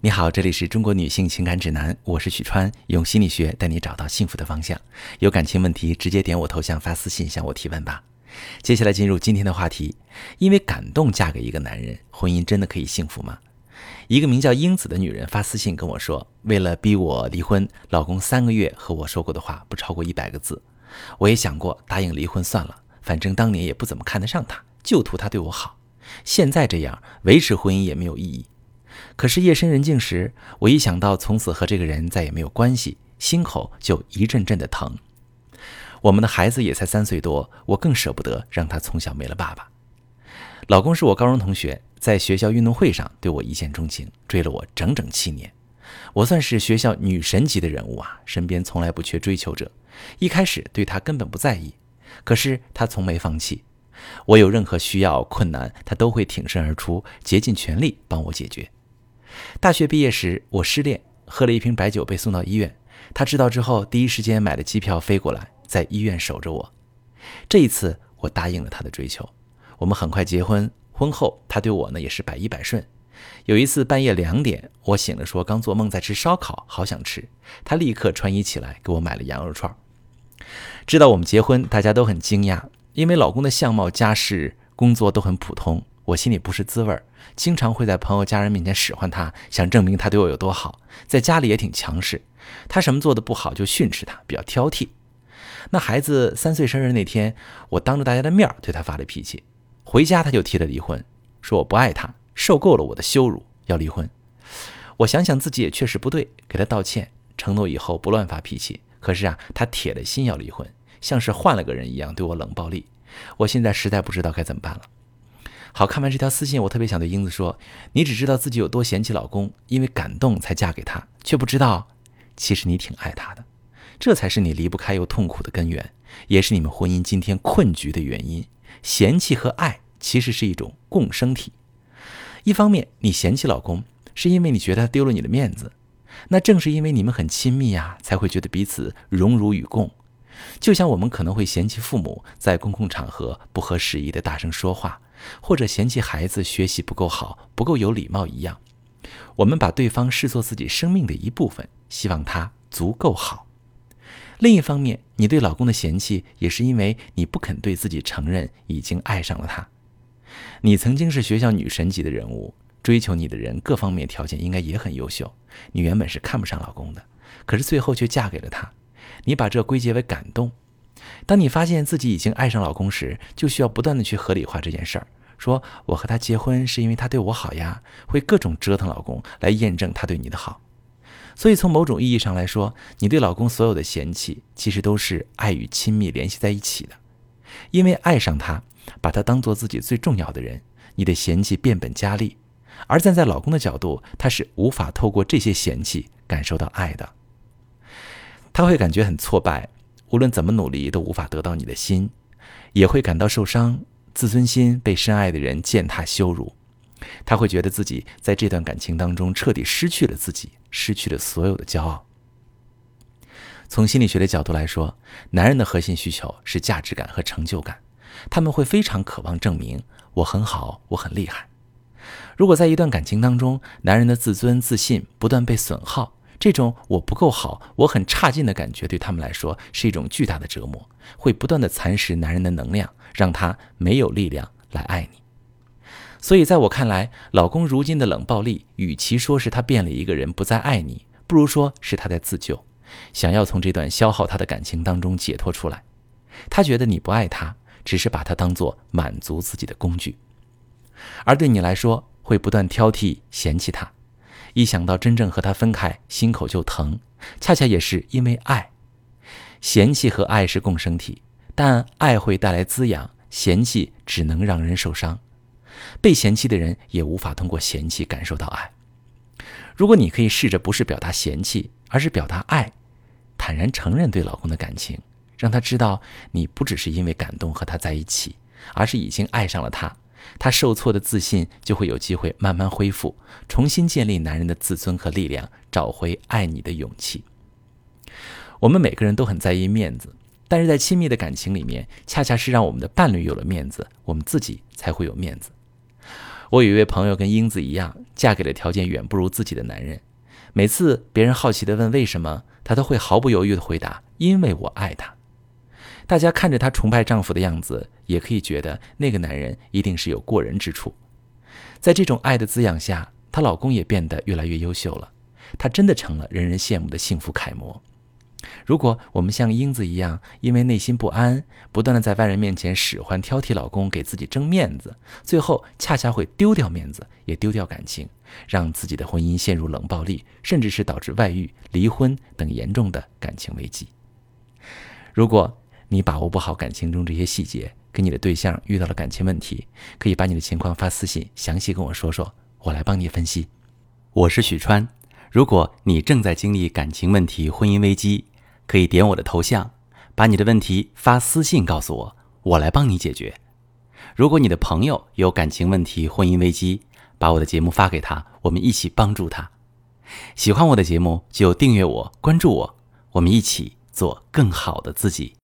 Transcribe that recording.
你好，这里是中国女性情感指南，我是许川，用心理学带你找到幸福的方向。有感情问题，直接点我头像发私信向我提问吧。接下来进入今天的话题，因为感动嫁给一个男人，婚姻真的可以幸福吗？一个名叫英子的女人发私信跟我说，为了逼我离婚，老公3个月和我说过的话不超过100个字。我也想过答应离婚算了，反正当年也不怎么看得上他，就图他对我好。现在这样，维持婚姻也没有意义。可是夜深人静时，我一想到从此和这个人再也没有关系，心口就一阵阵的疼。我们的孩子也才3岁多，我更舍不得让他从小没了爸爸。老公是我高中同学，在学校运动会上对我一见钟情，追了我整整7年。我算是学校女神级的人物啊，身边从来不缺追求者。一开始对他根本不在意，可是他从没放弃。我有任何需要困难，他都会挺身而出，竭尽全力帮我解决。大学毕业时，我失恋，喝了一瓶白酒被送到医院。他知道之后，第一时间买了机票飞过来，在医院守着我。这一次，我答应了他的追求。我们很快结婚，婚后他对我呢也是百依百顺。有一次半夜2点，我醒了说刚做梦在吃烧烤，好想吃。他立刻穿衣起来给我买了羊肉串。知道我们结婚，大家都很惊讶，因为老公的相貌、家世、工作都很普通，我心里不是滋味，经常会在朋友家人面前使唤他，想证明他对我有多好。在家里也挺强势，他什么做的不好就训斥他，比较挑剔。那孩子3岁生日那天，我当着大家的面对他发了脾气，回家他就提了离婚，说我不爱他，受够了我的羞辱，要离婚。我想想自己也确实不对，给他道歉，承诺以后不乱发脾气。可是他铁了心要离婚，像是换了个人一样对我冷暴力。我现在实在不知道该怎么办了。好，看完这条私信，我特别想对英子说，你只知道自己有多嫌弃老公，因为感动才嫁给他，却不知道其实你挺爱他的。这才是你离不开又痛苦的根源，也是你们婚姻今天困局的原因。嫌弃和爱其实是一种共生体。一方面你嫌弃老公，是因为你觉得他丢了你的面子，那正是因为你们很亲密才会觉得彼此荣辱与共。就像我们可能会嫌弃父母在公共场合不合时宜的大声说话，或者嫌弃孩子学习不够好，不够有礼貌一样，我们把对方视作自己生命的一部分，希望他足够好。另一方面，你对老公的嫌弃也是因为你不肯对自己承认已经爱上了他。你曾经是学校女神级的人物，追求你的人各方面条件应该也很优秀，你原本是看不上老公的，可是最后却嫁给了他。你把这归结为感动。当你发现自己已经爱上老公时，就需要不断的去合理化这件事儿，说我和他结婚是因为他对我好呀，会各种折腾老公来验证他对你的好。所以从某种意义上来说，你对老公所有的嫌弃其实都是爱与亲密联系在一起的。因为爱上他，把他当作自己最重要的人，你的嫌弃变本加厉。而站在老公的角度，他是无法透过这些嫌弃感受到爱的。他会感觉很挫败，无论怎么努力都无法得到你的心，也会感到受伤，自尊心被深爱的人践踏羞辱。他会觉得自己在这段感情当中彻底失去了自己，失去了所有的骄傲。从心理学的角度来说，男人的核心需求是价值感和成就感，他们会非常渴望证明我很好，我很厉害。如果在一段感情当中，男人的自尊自信不断被损耗，这种我不够好，我很差劲的感觉对他们来说是一种巨大的折磨，会不断的蚕食男人的能量，让他没有力量来爱你。所以在我看来，老公如今的冷暴力，与其说是他变了一个人不再爱你，不如说是他在自救，想要从这段消耗他的感情当中解脱出来。他觉得你不爱他，只是把他当作满足自己的工具，而对你来说会不断挑剔嫌弃他。一想到真正和他分开，心口就疼，恰恰也是因为爱。嫌弃和爱是共生体，但爱会带来滋养，嫌弃只能让人受伤。被嫌弃的人也无法通过嫌弃感受到爱。如果你可以试着不是表达嫌弃，而是表达爱，坦然承认对老公的感情，让他知道你不只是因为感动和他在一起，而是已经爱上了他，他受挫的自信就会有机会慢慢恢复，重新建立男人的自尊和力量，找回爱你的勇气。我们每个人都很在意面子，但是在亲密的感情里面，恰恰是让我们的伴侣有了面子，我们自己才会有面子。 我有一位朋友跟英子一样，嫁给了条件远不如自己的男人。每次别人好奇地问为什么，她都会毫不犹豫地回答：因为我爱他。大家看着她崇拜丈夫的样子，也可以觉得那个男人一定是有过人之处。在这种爱的滋养下，她老公也变得越来越优秀了，她真的成了人人羡慕的幸福楷模。如果我们像英子一样，因为内心不安，不断地在外人面前使唤挑剔老公，给自己争面子，最后恰恰会丢掉面子，也丢掉感情，让自己的婚姻陷入冷暴力，甚至是导致外遇、离婚等严重的感情危机。如果你把握不好感情中这些细节，跟你的对象遇到了感情问题，可以把你的情况发私信，详细跟我说说，我来帮你分析。 我是许川，如果你正在经历感情问题、婚姻危机，可以点我的头像，把你的问题发私信告诉我，我来帮你解决。如果你的朋友有感情问题、婚姻危机，把我的节目发给他，我们一起帮助他。喜欢我的节目就订阅我、关注我，我们一起做更好的自己。